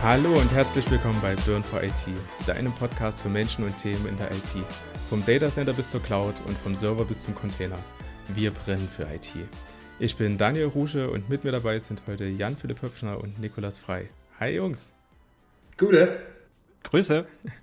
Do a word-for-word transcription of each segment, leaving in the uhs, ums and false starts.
Hallo und herzlich willkommen bei Burn for I T, deinem Podcast für Menschen und Themen in der I T. Vom Datacenter bis zur Cloud und vom Server bis zum Container. Wir brennen für I T. Ich bin Daniel Rusche und mit mir dabei sind heute Jan-Philipp Höpfner und Nikolas Frei. Hi Jungs. Gute. Grüße.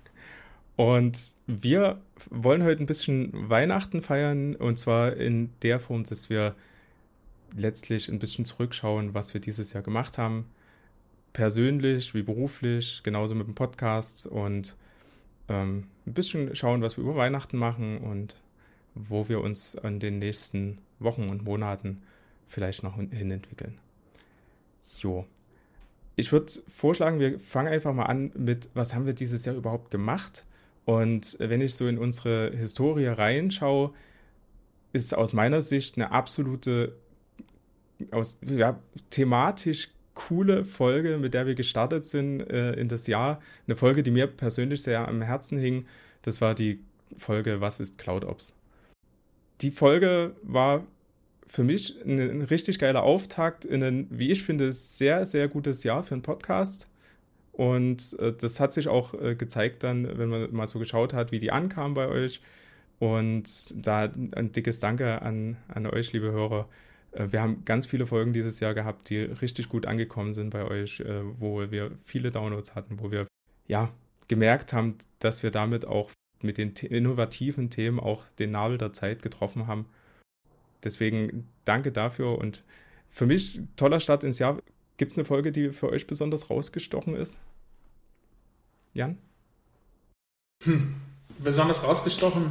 Und wir wollen heute ein bisschen Weihnachten feiern, und zwar in der Form, dass wir letztlich ein bisschen zurückschauen, was wir dieses Jahr gemacht haben. Persönlich wie beruflich, genauso mit dem Podcast, und ähm, ein bisschen schauen, was wir über Weihnachten machen und wo wir uns in den nächsten Wochen und Monaten vielleicht noch hin entwickeln. Jo. Ich würde vorschlagen, wir fangen einfach mal an mit, was haben wir dieses Jahr überhaupt gemacht? Und wenn ich so in unsere Historie reinschaue, ist aus meiner Sicht eine absolute, aus, ja, thematisch coole Folge, mit der wir gestartet sind äh, in das Jahr. Eine Folge, die mir persönlich sehr am Herzen hing. Das war die Folge Was ist CloudOps? Die Folge war für mich ein, ein richtig geiler Auftakt in ein, wie ich finde, sehr, sehr gutes Jahr für einen Podcast. Und äh, das hat sich auch äh, gezeigt dann, wenn man mal so geschaut hat, wie die ankamen bei euch. Und da ein dickes Danke an, an euch, liebe Hörer. Äh, wir haben ganz viele Folgen dieses Jahr gehabt, die richtig gut angekommen sind bei euch, äh, wo wir viele Downloads hatten, wo wir ja gemerkt haben, dass wir damit auch mit den te- innovativen Themen auch den Nabel der Zeit getroffen haben. Deswegen danke dafür, und für mich toller Start ins Jahr. Gibt es eine Folge, die für euch besonders rausgestochen ist? Jan? Hm. Besonders rausgestochen,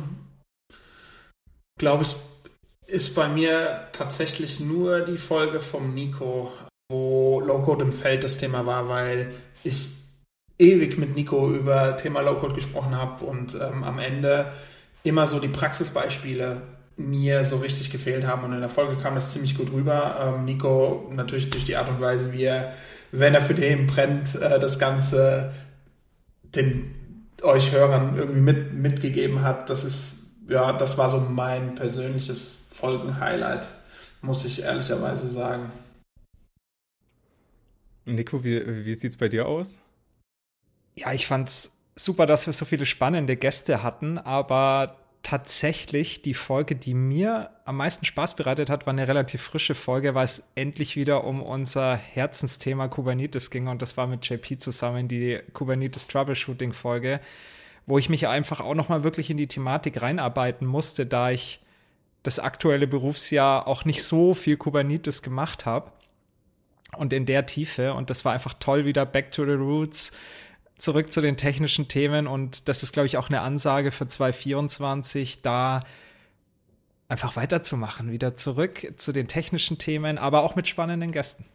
glaube ich, ist bei mir tatsächlich nur die Folge vom Nico, wo Low-Code im Feld das Thema war, weil ich ewig mit Nico über Thema Low-Code gesprochen habe und ähm, am Ende immer so die Praxisbeispiele mir so richtig gefehlt haben, und in der Folge kam das ziemlich gut rüber. Ähm, Nico natürlich durch die Art und Weise, wie er, wenn er für den brennt, äh, das Ganze den euch Hörern irgendwie mit, mitgegeben hat. Das ist, ja, das war so mein persönliches Folgen-Highlight, muss ich ehrlicherweise sagen. Nico, wie, wie sieht es bei dir aus? Ja, ich fand's super, dass wir so viele spannende Gäste hatten, aber tatsächlich die Folge, die mir am meisten Spaß bereitet hat, war eine relativ frische Folge, weil es endlich wieder um unser Herzensthema Kubernetes ging, und das war mit J P zusammen die Kubernetes Troubleshooting Folge, wo ich mich einfach auch nochmal wirklich in die Thematik reinarbeiten musste, da ich das aktuelle Berufsjahr auch nicht so viel Kubernetes gemacht habe und in der Tiefe, und das war einfach toll, wieder back to the roots, zurück zu den technischen Themen, und das ist, glaube ich, auch eine Ansage für zwanzig vierundzwanzig, da einfach weiterzumachen, wieder zurück zu den technischen Themen, aber auch mit spannenden Gästen.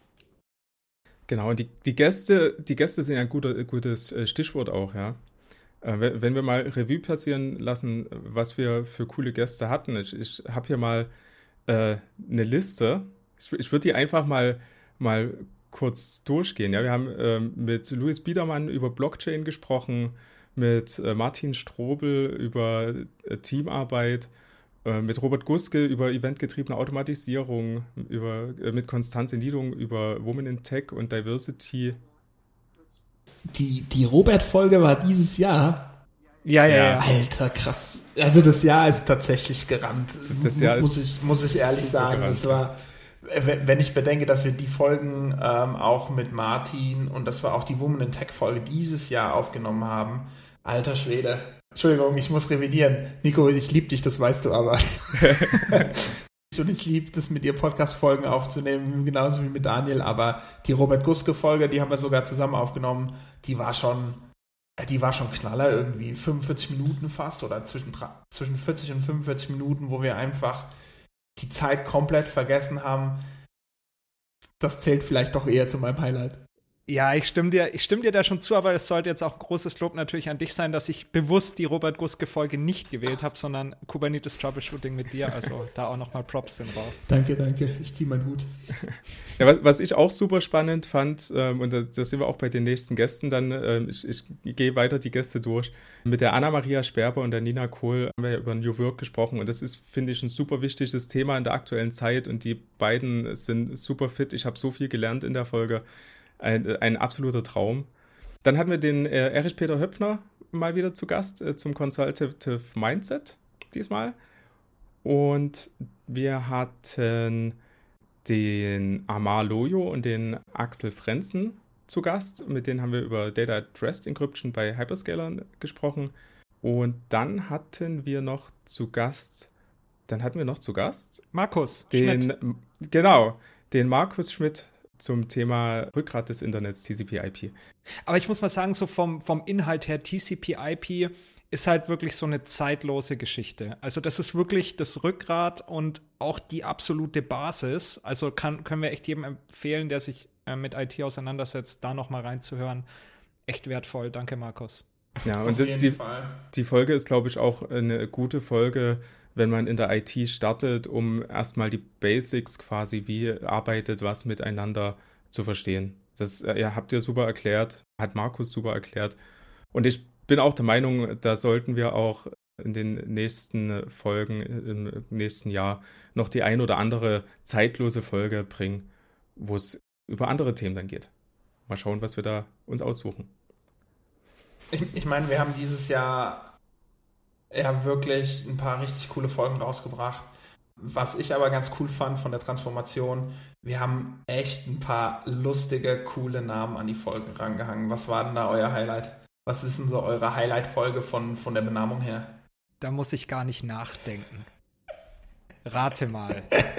Genau, und die, die Gäste, die Gäste sind ja ein guter, gutes Stichwort auch, ja. Äh, wenn wir mal Revue passieren lassen, was wir für coole Gäste hatten. Ich, ich habe hier mal äh, eine Liste. Ich, ich würde die einfach mal, mal kurz durchgehen. Ja, wir haben äh, mit Luis Biedermann über Blockchain gesprochen, mit äh, Martin Strobel über äh, Teamarbeit, äh, mit Robert Guske über eventgetriebene Automatisierung, über, äh, mit Konstanze Niedung über Women in Tech und Diversity. Die, die Robert-Folge war dieses Jahr. Ja, ja, ja. Alter, krass. Also das Jahr ist tatsächlich gerannt. Das Jahr muss ist ich, muss ich ehrlich sagen. gerannt. Das war, wenn ich bedenke, dass wir die Folgen ähm, auch mit Martin, und das war auch die Women in Tech Folge dieses Jahr aufgenommen haben. Alter Schwede. Entschuldigung, ich muss revidieren. Nico, ich liebe dich, das weißt du aber. Und ich liebe das, mit dir Podcast-Folgen aufzunehmen, genauso wie mit Daniel, aber die Robert-Guske-Folge, die haben wir sogar zusammen aufgenommen, die war schon, die war schon Knaller irgendwie, fünfundvierzig Minuten fast, oder zwischen, zwischen vierzig und fünfundvierzig Minuten, wo wir einfach die Zeit komplett vergessen haben. Das zählt vielleicht doch eher zu meinem Highlight. Ja, ich stimme dir, ich stimme dir da schon zu, aber es sollte jetzt auch großes Lob natürlich an dich sein, dass ich bewusst die Robert-Guske-Folge nicht gewählt habe, sondern Kubernetes Troubleshooting mit dir. Also da auch nochmal Props sind raus. Danke, danke. Ich ziehe meinen Hut. Ja, was, was ich auch super spannend fand, ähm, und da, da sind wir auch bei den nächsten Gästen dann, ähm, ich, ich gehe weiter die Gäste durch. Mit der Anna-Maria Sperber und der Nina Kohl haben wir ja über New Work gesprochen, und das ist, finde ich, ein super wichtiges Thema in der aktuellen Zeit, und die beiden sind super fit. Ich habe so viel gelernt in der Folge. ein, ein absoluter Traum. Dann hatten wir den äh, Erich Peter Höpfner mal wieder zu Gast äh, zum Consultative Mindset diesmal. Und wir hatten den Amar Loyo und den Axel Frenzen zu Gast. Mit denen haben wir über Data at Rest Encryption bei Hyperscalern gesprochen. Und dann hatten wir noch zu Gast, dann hatten wir noch zu Gast Markus den, Schmidt. Genau, den Markus Schmidt zum Thema Rückgrat des Internets, T C P I P. Aber ich muss mal sagen, so vom, vom Inhalt her, T C P I P ist halt wirklich so eine zeitlose Geschichte. Also das ist wirklich das Rückgrat und auch die absolute Basis. Also kann, können wir echt jedem empfehlen, der sich äh, mit I T auseinandersetzt, da noch mal reinzuhören. Echt wertvoll. Danke, Markus. Ja, und Auf jeden die, Fall. die Folge ist, glaube ich, auch eine gute Folge, wenn man in der I T startet, um erstmal die Basics quasi, wie arbeitet was miteinander, zu verstehen. Das ja, habt ihr super erklärt, hat Markus super erklärt. Und ich bin auch der Meinung, da sollten wir auch in den nächsten Folgen, im nächsten Jahr, noch die ein oder andere zeitlose Folge bringen, wo es über andere Themen dann geht. Mal schauen, was wir da uns aussuchen. Ich, ich meine, wir haben dieses Jahr ja wirklich ein paar richtig coole Folgen rausgebracht. Was ich aber ganz cool fand von der Transformation, wir haben echt ein paar lustige, coole Namen an die Folgen rangehangen. Was war denn da euer Highlight? Was ist denn so eure Highlight-Folge von, von der Benamung her? Da muss ich gar nicht nachdenken. Rate mal.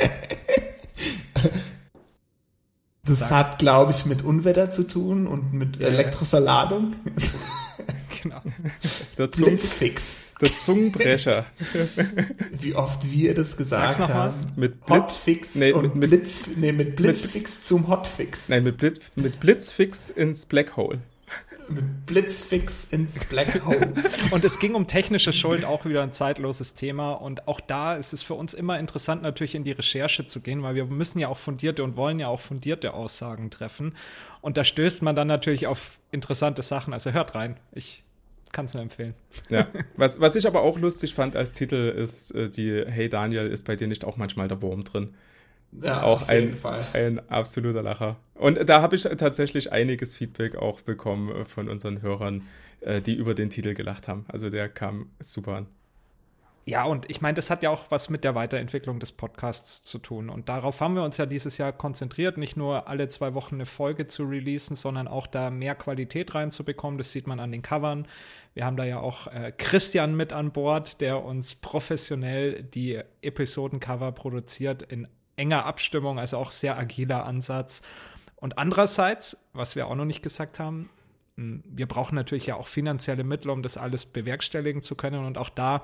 Das Sag's. hat, glaube ich, mit Unwetter zu tun und mit Ja. elektrischer Ladung. Genau. Der, Zungen, Blitzfix. der Zungenbrecher. Wie oft wir das gesagt Sag's noch mal. haben. Mit Blitz, Hotfix nee, und mit- mit- Blitz, nee, mit Blitzfix zum Hotfix. Nein, mit, Blitz, mit Blitzfix ins Black Hole. Mit Blitzfix ins Black Hole. Und es ging um technische Schuld, auch wieder ein zeitloses Thema. Und auch da ist es für uns immer interessant, natürlich in die Recherche zu gehen, weil wir müssen ja auch fundierte und wollen ja auch fundierte Aussagen treffen. Und da stößt man dann natürlich auf interessante Sachen. Also hört rein. Ich kann es nur empfehlen. Ja. Was, was ich aber auch lustig fand als Titel ist äh, die Hey Daniel, ist bei dir nicht auch manchmal der Wurm drin? Ja, Auch auf jeden ein, Fall. ein absoluter Lacher. Und da habe ich tatsächlich einiges Feedback auch bekommen äh, von unseren Hörern, äh, die über den Titel gelacht haben. Also der kam super an. Ja, und ich meine, das hat ja auch was mit der Weiterentwicklung des Podcasts zu tun. Und darauf haben wir uns ja dieses Jahr konzentriert, nicht nur alle zwei Wochen eine Folge zu releasen, sondern auch da mehr Qualität reinzubekommen. Das sieht man an den Covern. Wir haben da ja auch äh, Christian mit an Bord, der uns professionell die Episodencover produziert in enger Abstimmung, also auch sehr agiler Ansatz. Und andererseits, was wir auch noch nicht gesagt haben, wir brauchen natürlich ja auch finanzielle Mittel, um das alles bewerkstelligen zu können. Und auch da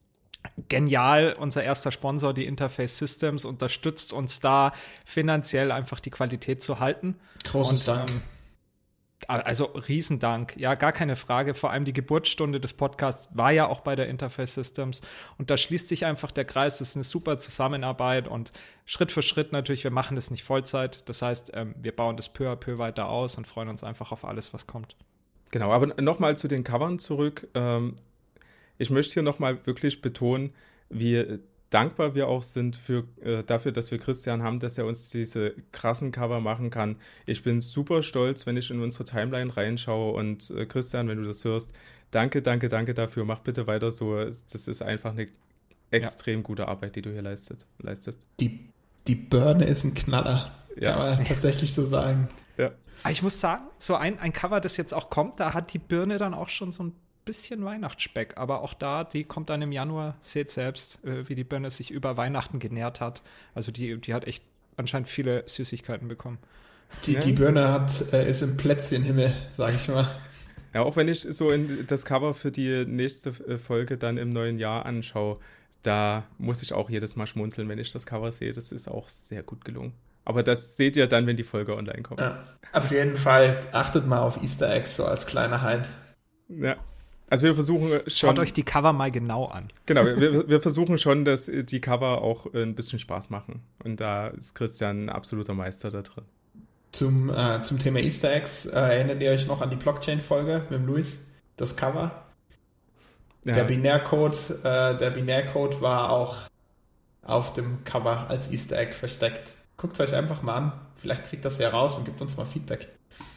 genial, unser erster Sponsor, die Interface Systems, unterstützt uns da finanziell einfach die Qualität zu halten. Großen Und, Dank. ähm, Also Riesendank, ja, gar keine Frage. Vor allem die Geburtsstunde des Podcasts war ja auch bei der Interface Systems. Und da schließt sich einfach der Kreis. Das ist eine super Zusammenarbeit und Schritt für Schritt natürlich, wir machen das nicht Vollzeit. Das heißt, ähm, wir bauen das peu à peu weiter aus und freuen uns einfach auf alles, was kommt. Genau, aber nochmal zu den Covern zurück. Ähm, ich möchte hier nochmal wirklich betonen, wie dankbar wir auch sind für, äh, dafür, dass wir Christian haben, dass er uns diese krassen Cover machen kann. Ich bin super stolz, wenn ich in unsere Timeline reinschaue und äh, Christian, wenn du das hörst, danke, danke, danke dafür. Mach bitte weiter so. Das ist einfach eine extrem ja. gute Arbeit, die du hier leistet, leistest. Die, die Birne ist ein Knaller, ja. kann man tatsächlich so sagen. Ja. Ich muss sagen, so ein, ein Cover, das jetzt auch kommt, da hat die Birne dann auch schon so ein bisschen Weihnachtsspeck, aber auch da, die kommt dann im Januar, seht selbst, äh, wie die Birne sich über Weihnachten genährt hat. Also die, die hat echt anscheinend viele Süßigkeiten bekommen. Die, ja. die Birne hat, äh, ist im Plätzchenhimmel, sag ich mal. Ja, auch wenn ich so in das Cover für die nächste Folge dann im neuen Jahr anschaue, da muss ich auch jedes Mal schmunzeln, wenn ich das Cover sehe. Das ist auch sehr gut gelungen. Aber das seht ihr dann, wenn die Folge online kommt. Ja, auf jeden Fall. Achtet mal auf Easter Eggs, so als kleiner Hein. Ja. Also wir versuchen schon... Schaut euch die Cover mal genau an. Genau, wir, wir versuchen schon, dass die Cover auch ein bisschen Spaß machen. Und da ist Christian ein absoluter Meister da drin. Zum, äh, zum Thema Easter Eggs, äh, erinnert ihr euch noch an die Blockchain-Folge mit dem Luis? Das Cover? Ja. Der Binärcode, äh, der Binärcode war auch auf dem Cover als Easter Egg versteckt. Guckt es euch einfach mal an. Vielleicht kriegt das ja raus und gibt uns mal Feedback.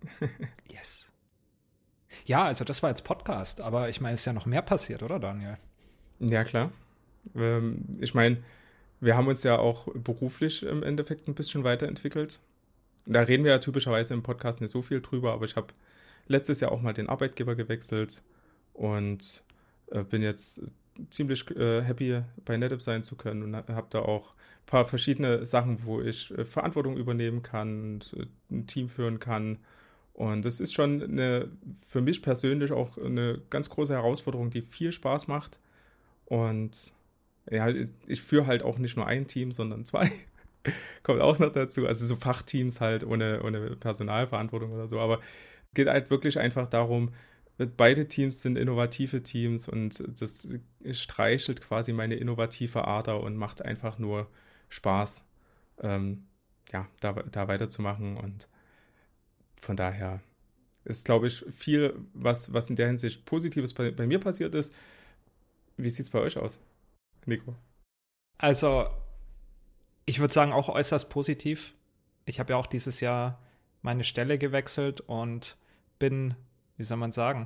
Yes. Ja, also das war jetzt Podcast, aber ich meine, es ist ja noch mehr passiert, oder Daniel? Ja, klar. Ähm, ich meine, wir haben uns ja auch beruflich im Endeffekt ein bisschen weiterentwickelt. Da reden wir ja typischerweise im Podcast nicht so viel drüber, aber ich habe letztes Jahr auch mal den Arbeitgeber gewechselt und äh, bin jetzt ziemlich äh, happy, bei NetApp sein zu können und habe da auch ein paar verschiedene Sachen, wo ich äh, Verantwortung übernehmen kann, und, äh, ein Team führen kann. Und das ist schon eine, für mich persönlich auch eine ganz große Herausforderung, die viel Spaß macht. Und ja, ich führe halt auch nicht nur ein Team, sondern zwei. Kommt auch noch dazu. Also so Fachteams halt ohne, ohne Personalverantwortung oder so. Aber es geht halt wirklich einfach darum, beide Teams sind innovative Teams und das streichelt quasi meine innovative Ader und macht einfach nur Spaß, ähm, ja, da, da weiterzumachen. Und von daher ist, glaube ich, viel, was, was in der Hinsicht Positives bei, bei mir passiert ist. Wie sieht es bei euch aus, Nico? Also, ich würde sagen, auch äußerst positiv. Ich habe ja auch dieses Jahr meine Stelle gewechselt und bin, wie soll man sagen,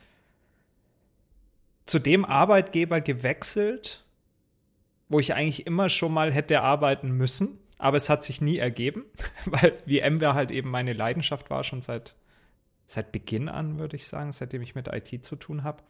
zu dem Arbeitgeber gewechselt, wo ich eigentlich immer schon mal hätte arbeiten müssen, aber es hat sich nie ergeben, weil VMware halt eben meine Leidenschaft war, schon seit, seit Beginn an, würde ich sagen, seitdem ich mit I T zu tun habe.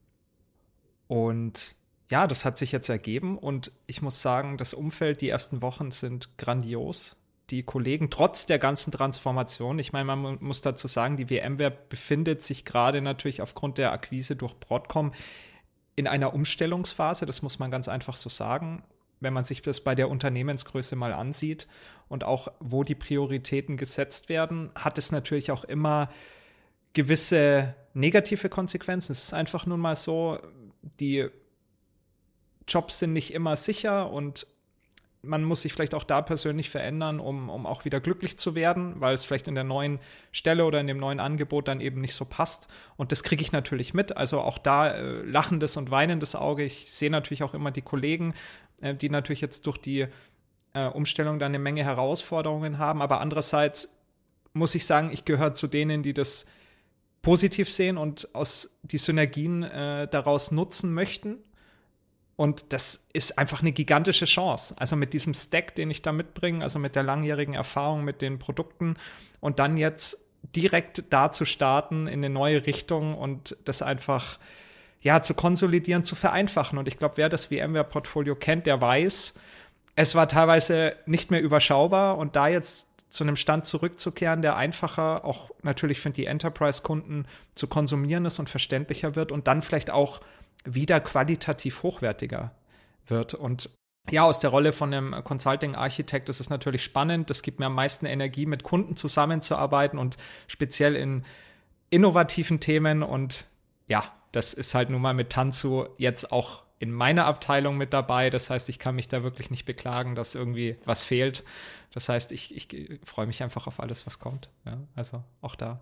Und ja, das hat sich jetzt ergeben und ich muss sagen, das Umfeld, die ersten Wochen sind grandios. Die Kollegen, trotz der ganzen Transformation, ich meine, man muss dazu sagen, die VMware befindet sich gerade natürlich aufgrund der Akquise durch Broadcom in einer Umstellungsphase, das muss man ganz einfach so sagen, wenn man sich das bei der Unternehmensgröße mal ansieht und auch wo die Prioritäten gesetzt werden, hat es natürlich auch immer gewisse negative Konsequenzen. Es ist einfach nun mal so, die Jobs sind nicht immer sicher und man muss sich vielleicht auch da persönlich verändern, um, um auch wieder glücklich zu werden, weil es vielleicht in der neuen Stelle oder in dem neuen Angebot dann eben nicht so passt. Und das kriege ich natürlich mit. Also auch da äh, lachendes und weinendes Auge. Ich sehe natürlich auch immer die Kollegen, äh, die natürlich jetzt durch die äh, Umstellung dann eine Menge Herausforderungen haben. Aber andererseits muss ich sagen, ich gehöre zu denen, die das positiv sehen und aus die Synergien äh, daraus nutzen möchten. Und das ist einfach eine gigantische Chance. Also mit diesem Stack, den ich da mitbringe, also mit der langjährigen Erfahrung mit den Produkten und dann jetzt direkt da zu starten in eine neue Richtung und das einfach ja zu konsolidieren, zu vereinfachen. Und ich glaube, wer das VMware-Portfolio kennt, der weiß, es war teilweise nicht mehr überschaubar und da jetzt zu einem Stand zurückzukehren, der einfacher auch natürlich für die Enterprise-Kunden zu konsumieren ist und verständlicher wird und dann vielleicht auch wieder qualitativ hochwertiger wird. Und ja, aus der Rolle von einem Consulting-Architekt ist es natürlich spannend. Das gibt mir am meisten Energie, mit Kunden zusammenzuarbeiten und speziell in innovativen Themen. Und ja, das ist halt nun mal mit Tanzu jetzt auch in meiner Abteilung mit dabei. Das heißt, ich kann mich da wirklich nicht beklagen, dass irgendwie was fehlt. Das heißt, ich, ich freue mich einfach auf alles, was kommt. Ja, also auch da.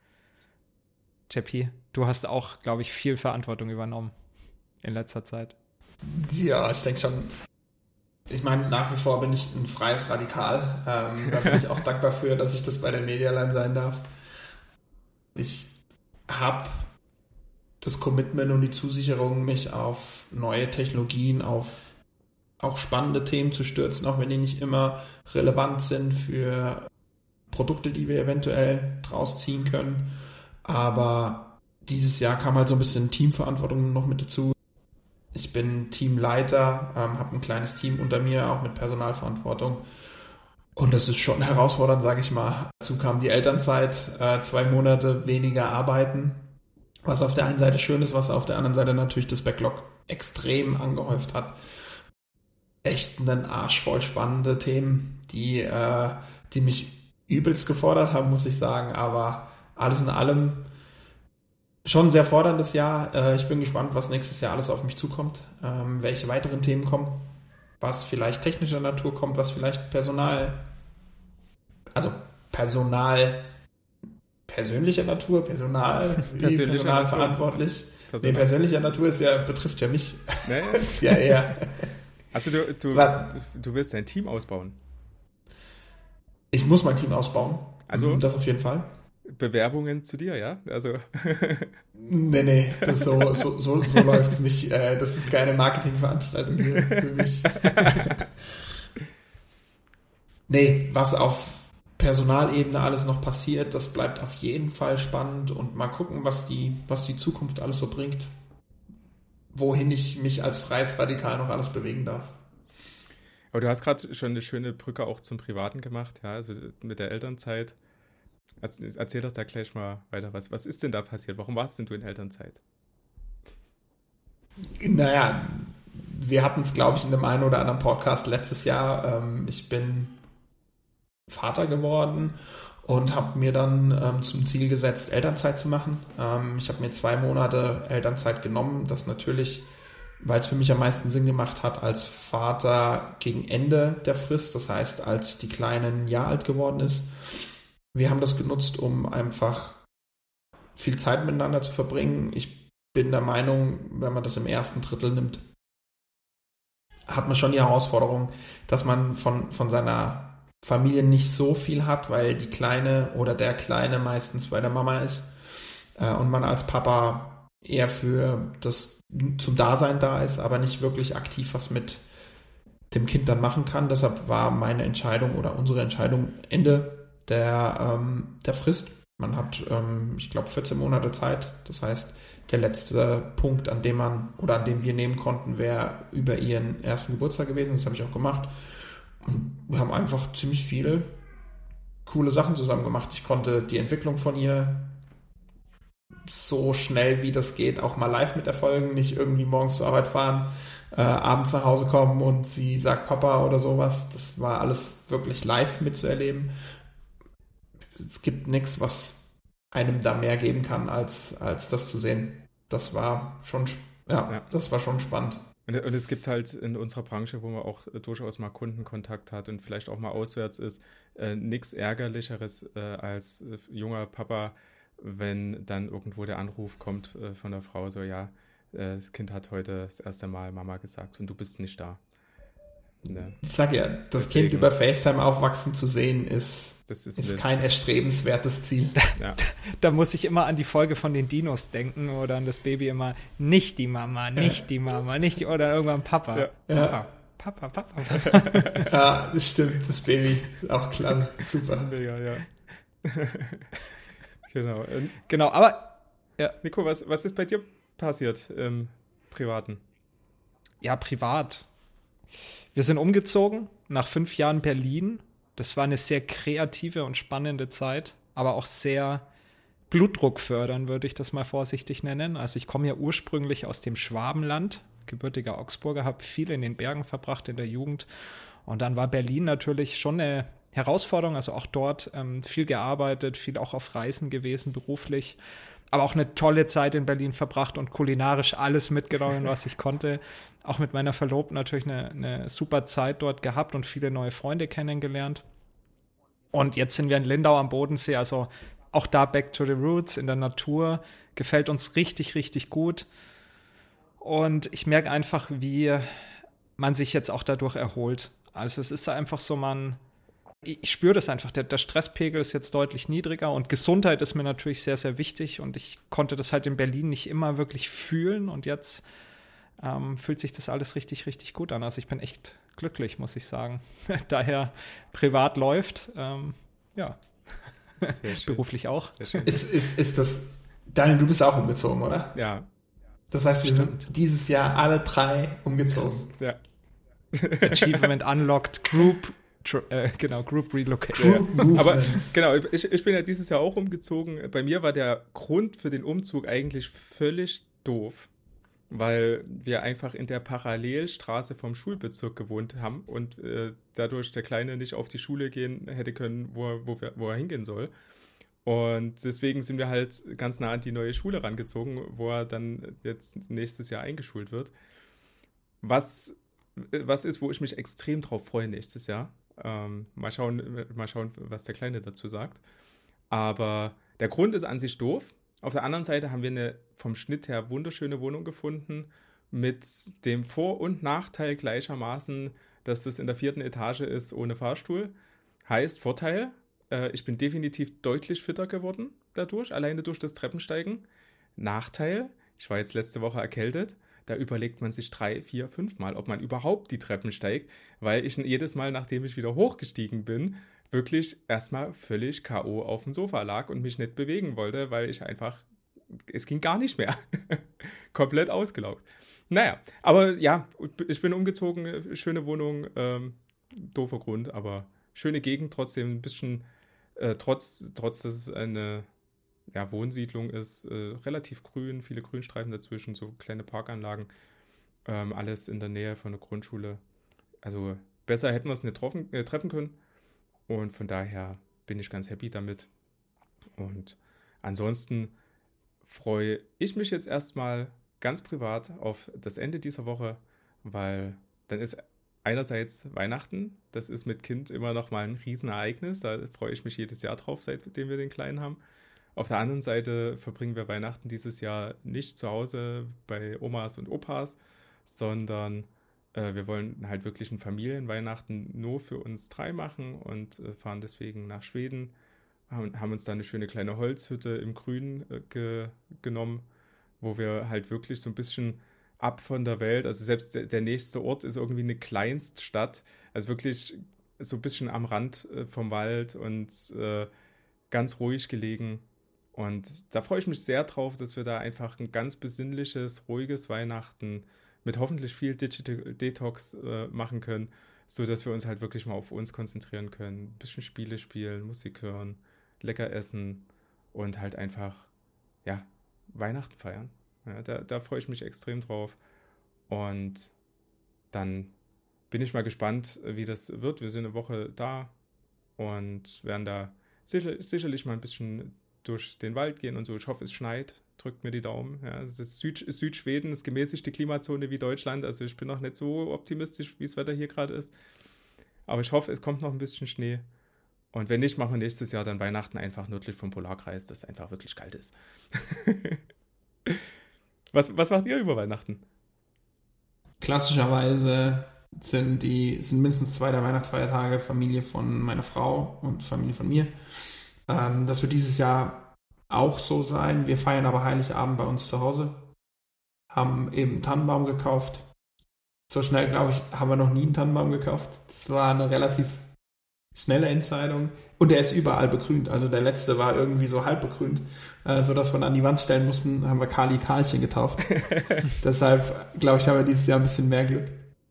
J P, du hast auch, glaube ich, viel Verantwortung übernommen in letzter Zeit. Ja, ich denke schon. Ich meine, nach wie vor bin ich ein freies Radikal. Ähm, da bin ich auch dankbar für, dass ich das bei der Medialine sein darf. Ich habe das Commitment und die Zusicherung, mich auf neue Technologien, auf auch spannende Themen zu stürzen, auch wenn die nicht immer relevant sind für Produkte, die wir eventuell draus ziehen können. Aber dieses Jahr kam halt so ein bisschen Teamverantwortung noch mit dazu. Ich bin Teamleiter, ähm, habe ein kleines Team unter mir, auch mit Personalverantwortung. Und das ist schon herausfordernd, sage ich mal. Dazu kam die Elternzeit, äh, zwei Monate weniger arbeiten, was auf der einen Seite schön ist, was auf der anderen Seite natürlich das Backlog extrem angehäuft hat. Echt einen Arsch voll spannende Themen, die, äh, die mich übelst gefordert haben, muss ich sagen. Aber alles in allem schon ein sehr forderndes Jahr. Äh, ich bin gespannt, was nächstes Jahr alles auf mich zukommt, ähm, welche weiteren Themen kommen, was vielleicht technischer Natur kommt, was vielleicht Personal, also Personal, persönlicher Natur, Personal, wie Personal verantwortlich. Personal. Nee, persönlicher Natur ist ja, betrifft ja mich. Nee. Ist ja eher. Also du, du, du willst dein Team ausbauen? Ich muss mein Team ausbauen. Also das auf jeden Fall. Bewerbungen zu dir, ja? Also. Nee, nee, das so, so, so, so läuft es nicht. Äh, das ist keine Marketingveranstaltung hier für mich. Nee, was auf Personalebene alles noch passiert, das bleibt auf jeden Fall spannend und mal gucken, was die, was die Zukunft alles so bringt. Wohin ich mich als freies Radikal noch alles bewegen darf. Aber du hast gerade schon eine schöne Brücke auch zum Privaten gemacht, ja, also mit der Elternzeit. Erzähl doch da gleich mal weiter, was, was ist denn da passiert? Warum warst denn du in Elternzeit? Naja, wir hatten es, glaube ich, in dem einen oder anderen Podcast letztes Jahr. Ähm, ich bin Vater geworden und habe mir dann ähm, zum Ziel gesetzt, Elternzeit zu machen. Ähm, ich habe mir zwei Monate Elternzeit genommen, das natürlich, weil es für mich am meisten Sinn gemacht hat, als Vater gegen Ende der Frist, das heißt, als die Kleine ein Jahr alt geworden ist. Wir haben das genutzt, um einfach viel Zeit miteinander zu verbringen. Ich bin der Meinung, wenn man das im ersten Drittel nimmt, hat man schon die Herausforderung, dass man von, von seiner Familie nicht so viel hat, weil die Kleine oder der Kleine meistens bei der Mama ist äh, und man als Papa eher für das zum Dasein da ist, aber nicht wirklich aktiv was mit dem Kind dann machen kann. Deshalb war meine Entscheidung oder unsere Entscheidung Ende der, ähm, der Frist. Man hat, ähm, ich glaube, vierzehn Monate Zeit. Das heißt, der letzte Punkt, an dem man oder an dem wir nehmen konnten, wäre über ihren ersten Geburtstag gewesen. Das habe ich auch gemacht. Und wir haben einfach ziemlich viele coole Sachen zusammen gemacht. Ich konnte die Entwicklung von ihr so schnell wie das geht auch mal live miterfolgen. Nicht irgendwie morgens zur Arbeit fahren, äh, abends nach Hause kommen und sie sagt Papa oder sowas. Das war alles wirklich live mitzuerleben. Es gibt nichts, was einem da mehr geben kann, als, als das zu sehen. Das war schon, ja, ja. das war schon spannend. Und, und es gibt halt in unserer Branche, wo man auch durchaus mal Kundenkontakt hat und vielleicht auch mal auswärts ist, äh, nichts Ärgerlicheres äh, als äh, junger Papa, wenn dann irgendwo der Anruf kommt äh, von der Frau, so ja, äh, das Kind hat heute das erste Mal Mama gesagt und du bist nicht da. Ne? Ich sag ja, das Deswegen, Kind über FaceTime aufwachsen zu sehen, ist Das ist, ist kein erstrebenswertes Ziel. Da, ja. da, da muss ich immer an die Folge von den Dinos denken oder an das Baby immer, nicht die Mama, nicht ja. die Mama, nicht die, oder irgendwann Papa. Ja. Papa, ja. Papa, Papa, Papa. Ja, das stimmt, das Baby, auch klar, super. Mega, ja. Genau. Und genau, aber ja. Nico, was, was ist bei dir passiert im Privaten? Ja, privat. Wir sind umgezogen nach fünf Jahren Berlin. Das war eine sehr kreative und spannende Zeit, aber auch sehr blutdruckfördernd, würde ich das mal vorsichtig nennen. Also ich komme ja ursprünglich aus dem Schwabenland, gebürtiger Augsburger, habe viel in den Bergen verbracht in der Jugend. Und dann war Berlin natürlich schon eine Herausforderung, also auch dort ähm, viel gearbeitet, viel auch auf Reisen gewesen, beruflich. Aber auch eine tolle Zeit in Berlin verbracht und kulinarisch alles mitgenommen, was ich konnte. Auch mit meiner Verlobten natürlich eine, eine super Zeit dort gehabt und viele neue Freunde kennengelernt. Und jetzt sind wir in Lindau am Bodensee, also auch da back to the roots in der Natur. Gefällt uns richtig, richtig gut. Und ich merke einfach, wie man sich jetzt auch dadurch erholt. Also es ist einfach so, man... Ich spüre das einfach, der, der Stresspegel ist jetzt deutlich niedriger und Gesundheit ist mir natürlich sehr, sehr wichtig und ich konnte das halt in Berlin nicht immer wirklich fühlen und jetzt ähm, fühlt sich das alles richtig, richtig gut an. Also ich bin echt glücklich, muss ich sagen. Daher privat läuft, ähm, ja, beruflich auch. Ist, ist, ist das, Daniel, du bist auch umgezogen, oder? Ja. Das heißt, wir Stimmt. sind dieses Jahr alle drei umgezogen. Ja. Achievement Unlocked Group. Äh, genau, Group Relocation. Ja. Aber genau, ich, ich bin ja dieses Jahr auch umgezogen. Bei mir war der Grund für den Umzug eigentlich völlig doof, weil wir einfach in der Parallelstraße vom Schulbezirk gewohnt haben und äh, dadurch der Kleine nicht auf die Schule gehen hätte können, wo er, wo, wir, wo er hingehen soll. Und deswegen sind wir halt ganz nah an die neue Schule rangezogen, wo er dann jetzt nächstes Jahr eingeschult wird. Was, was ist, wo ich mich extrem drauf freue nächstes Jahr. Ähm, mal schauen, mal schauen, was der Kleine dazu sagt. Aber der Grund ist an sich doof. Auf der anderen Seite haben wir eine vom Schnitt her wunderschöne Wohnung gefunden mit dem Vor- und Nachteil gleichermaßen, dass das in der vierten Etage ist ohne Fahrstuhl. Heißt Vorteil, äh, ich bin definitiv deutlich fitter geworden dadurch, alleine durch das Treppensteigen. Nachteil, ich war jetzt letzte Woche erkältet, da überlegt man sich drei, vier, fünf Mal, ob man überhaupt die Treppen steigt, weil ich jedes Mal, nachdem ich wieder hochgestiegen bin, wirklich erstmal völlig K O auf dem Sofa lag und mich nicht bewegen wollte, weil ich einfach, es ging gar nicht mehr. Komplett ausgelaugt. Naja, aber ja, ich bin umgezogen, schöne Wohnung, ähm, doofer Grund, aber schöne Gegend trotzdem, ein bisschen, äh, trotz, trotz, dass es eine ja, Wohnsiedlung ist, äh, relativ grün, viele Grünstreifen dazwischen, so kleine Parkanlagen, ähm, alles in der Nähe von der Grundschule. Also besser hätten wir es nicht treffen, äh, treffen können und von daher bin ich ganz happy damit. Und ansonsten freue ich mich jetzt erstmal ganz privat auf das Ende dieser Woche, weil dann ist einerseits Weihnachten, das ist mit Kind immer noch mal ein Riesenereignis, da freue ich mich jedes Jahr drauf, seitdem wir den Kleinen haben. Auf der anderen Seite verbringen wir Weihnachten dieses Jahr nicht zu Hause bei Omas und Opas, sondern äh, wir wollen halt wirklich ein Familienweihnachten nur für uns drei machen und äh, fahren deswegen nach Schweden, haben, haben uns da eine schöne kleine Holzhütte im Grün äh, ge, genommen, wo wir halt wirklich so ein bisschen ab von der Welt, also selbst der, der nächste Ort ist irgendwie eine Kleinststadt, also wirklich so ein bisschen am Rand äh, vom Wald und äh, ganz ruhig gelegen. Und da freue ich mich sehr drauf, dass wir da einfach ein ganz besinnliches, ruhiges Weihnachten mit hoffentlich viel Digital Detox äh, machen können, so dass wir uns halt wirklich mal auf uns konzentrieren können. Ein bisschen Spiele spielen, Musik hören, lecker essen und halt einfach, ja, Weihnachten feiern. Ja, da, da freue ich mich extrem drauf. Und dann bin ich mal gespannt, wie das wird. Wir sind eine Woche da und werden da sicher, sicherlich mal ein bisschen durch den Wald gehen und so. Ich hoffe, es schneit. Drückt mir die Daumen. Ja, es ist Süd, Südschweden, es ist gemäßigte Klimazone wie Deutschland. Also ich bin noch nicht so optimistisch, wie das Wetter hier gerade ist. Aber ich hoffe, es kommt noch ein bisschen Schnee. Und wenn nicht, machen wir nächstes Jahr dann Weihnachten einfach nördlich vom Polarkreis, dass es einfach wirklich kalt ist. was, was macht ihr über Weihnachten? Klassischerweise sind die sind mindestens zwei der Weihnachtsfeiertage Familie von meiner Frau und Familie von mir. Ähm, das wird dieses Jahr auch so sein. Wir feiern aber Heiligabend bei uns zu Hause. Haben eben einen Tannenbaum gekauft. So schnell, glaube ich, haben wir noch nie einen Tannenbaum gekauft. Das war eine relativ schnelle Entscheidung. Und der ist überall begrünt. Also der letzte war irgendwie so halb begrünt, äh, sodass wir ihn an die Wand stellen mussten, haben wir Kali Karlchen getauft. Deshalb, glaube ich, haben wir dieses Jahr ein bisschen mehr Glück.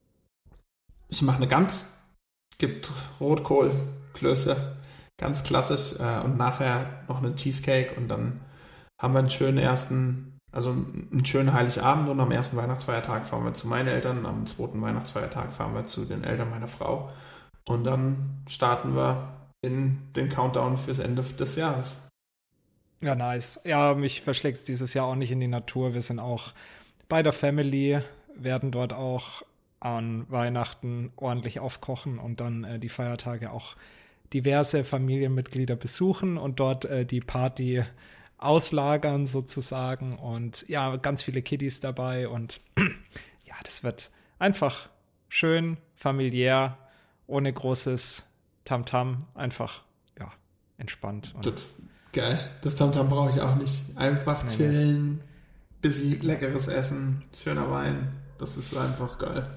Ich mache eine Gans, gibt Rotkohl, Klöße, ganz klassisch, äh, und nachher noch einen Cheesecake und dann haben wir einen schönen ersten, also einen schönen Heiligabend und am ersten Weihnachtsfeiertag fahren wir zu meinen Eltern, am zweiten Weihnachtsfeiertag fahren wir zu den Eltern meiner Frau und dann starten wir in den Countdown fürs Ende des Jahres. Ja, nice. Ja, mich verschlägt es dieses Jahr auch nicht in die Natur. Wir sind auch bei der Family, werden dort auch an Weihnachten ordentlich aufkochen und dann äh, die Feiertage auch diverse Familienmitglieder besuchen und dort äh, die Party auslagern sozusagen und ja, ganz viele Kiddies dabei und ja, das wird einfach schön, familiär, ohne großes Tamtam, einfach, ja, entspannt. Und das, geil, das Tamtam brauche ich auch nicht. Einfach nee, chillen, nee. Bisschen leckeres Essen, schöner Wein, das ist einfach geil.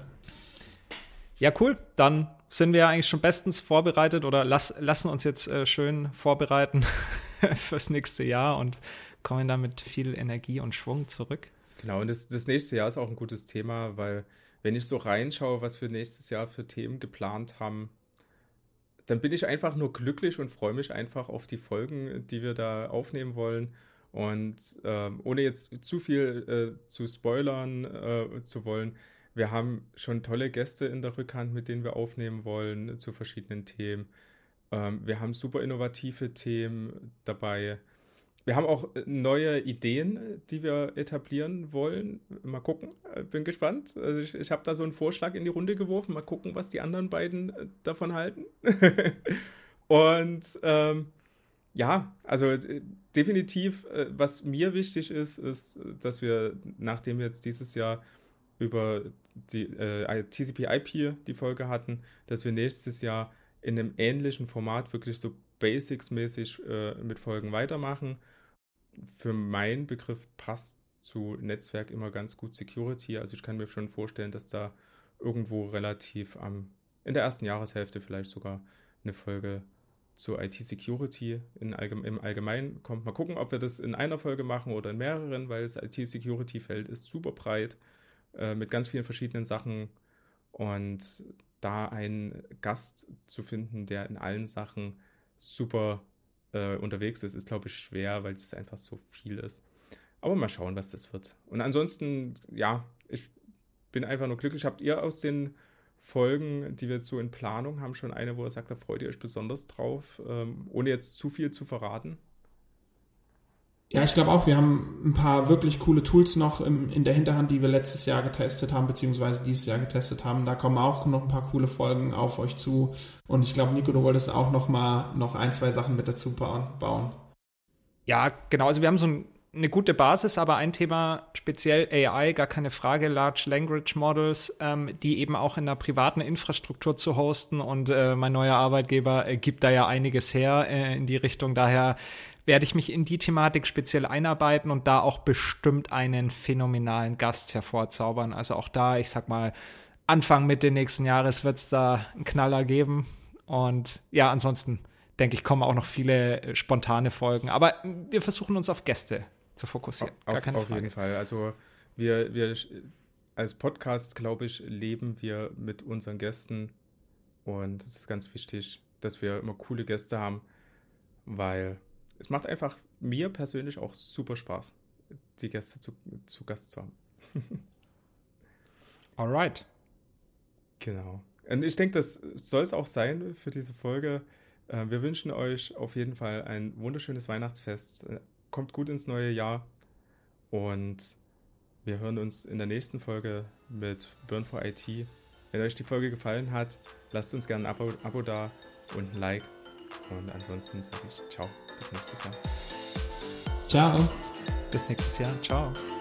Ja, cool, dann sind wir ja eigentlich schon bestens vorbereitet oder lass, lassen uns jetzt äh, schön vorbereiten fürs nächste Jahr und kommen dann mit viel Energie und Schwung zurück. Genau, und das, das nächste Jahr ist auch ein gutes Thema, weil wenn ich so reinschaue, was wir nächstes Jahr für Themen geplant haben, dann bin ich einfach nur glücklich und freue mich einfach auf die Folgen, die wir da aufnehmen wollen. Und ähm, ohne jetzt zu viel äh, zu spoilern äh, zu wollen, wir haben schon tolle Gäste in der Rückhand, mit denen wir aufnehmen wollen zu verschiedenen Themen. Ähm, wir haben super innovative Themen dabei. Wir haben auch neue Ideen, die wir etablieren wollen. Mal gucken, bin gespannt. Also ich, ich habe da so einen Vorschlag in die Runde geworfen. Mal gucken, was die anderen beiden davon halten. Und ähm, ja, also definitiv, was mir wichtig ist, ist, dass wir, nachdem wir jetzt dieses Jahr über die äh, T C P I P die Folge hatten, dass wir nächstes Jahr in einem ähnlichen Format wirklich so Basics-mäßig äh, mit Folgen weitermachen. Für meinen Begriff passt zu Netzwerk immer ganz gut Security. Also ich kann mir schon vorstellen, dass da irgendwo relativ am, in der ersten Jahreshälfte vielleicht sogar eine Folge zu I T-Security in allgeme- im Allgemeinen kommt. Mal gucken, ob wir das in einer Folge machen oder in mehreren, weil das I T-Security-Feld ist super breit äh, mit ganz vielen verschiedenen Sachen. Und da einen Gast zu finden, der in allen Sachen super äh, unterwegs ist, ist, glaube ich, schwer, weil es einfach so viel ist. Aber mal schauen, was das wird. Und ansonsten, ja, ich bin einfach nur glücklich. Habt ihr aus den Folgen, die wir jetzt so in Planung haben, schon eine, wo ihr sagt, da freut ihr euch besonders drauf, ähm, ohne jetzt zu viel zu verraten? Ja, ich glaube auch, wir haben ein paar wirklich coole Tools noch im, in der Hinterhand, die wir letztes Jahr getestet haben, beziehungsweise dieses Jahr getestet haben. Da kommen auch noch ein paar coole Folgen auf euch zu. Und ich glaube, Nico, du wolltest auch noch mal noch ein, zwei Sachen mit dazu bauen. Ja, genau. Also wir haben so ein, eine gute Basis, aber ein Thema speziell A I, gar keine Frage, Large Language Models, ähm, die eben auch in einer privaten Infrastruktur zu hosten. Und äh, mein neuer Arbeitgeber äh, gibt da ja einiges her äh, in die Richtung. Daher werde ich mich in die Thematik speziell einarbeiten und da auch bestimmt einen phänomenalen Gast hervorzaubern. Also auch da, ich sag mal, Anfang Mitte nächsten Jahres wird es da einen Knaller geben. Und ja, ansonsten denke ich, kommen auch noch viele spontane Folgen. Aber wir versuchen uns auf Gäste zu fokussieren. Gar auf, keine auf Frage. jeden Fall. Also wir, wir als Podcast, glaube ich, leben wir mit unseren Gästen. Und es ist ganz wichtig, dass wir immer coole Gäste haben, weil es macht einfach mir persönlich auch super Spaß, die Gäste zu, zu Gast zu haben. Alright. Genau. Und ich denke, das soll es auch sein für diese Folge. Wir wünschen euch auf jeden Fall ein wunderschönes Weihnachtsfest. Kommt gut ins neue Jahr. Und wir hören uns in der nächsten Folge mit Burn for I T. Wenn euch die Folge gefallen hat, lasst uns gerne ein Abo, Abo da und ein Like. Und ansonsten sage ich ciao. Bis nächstes Jahr. Ciao. Bis nächstes Jahr. Ciao.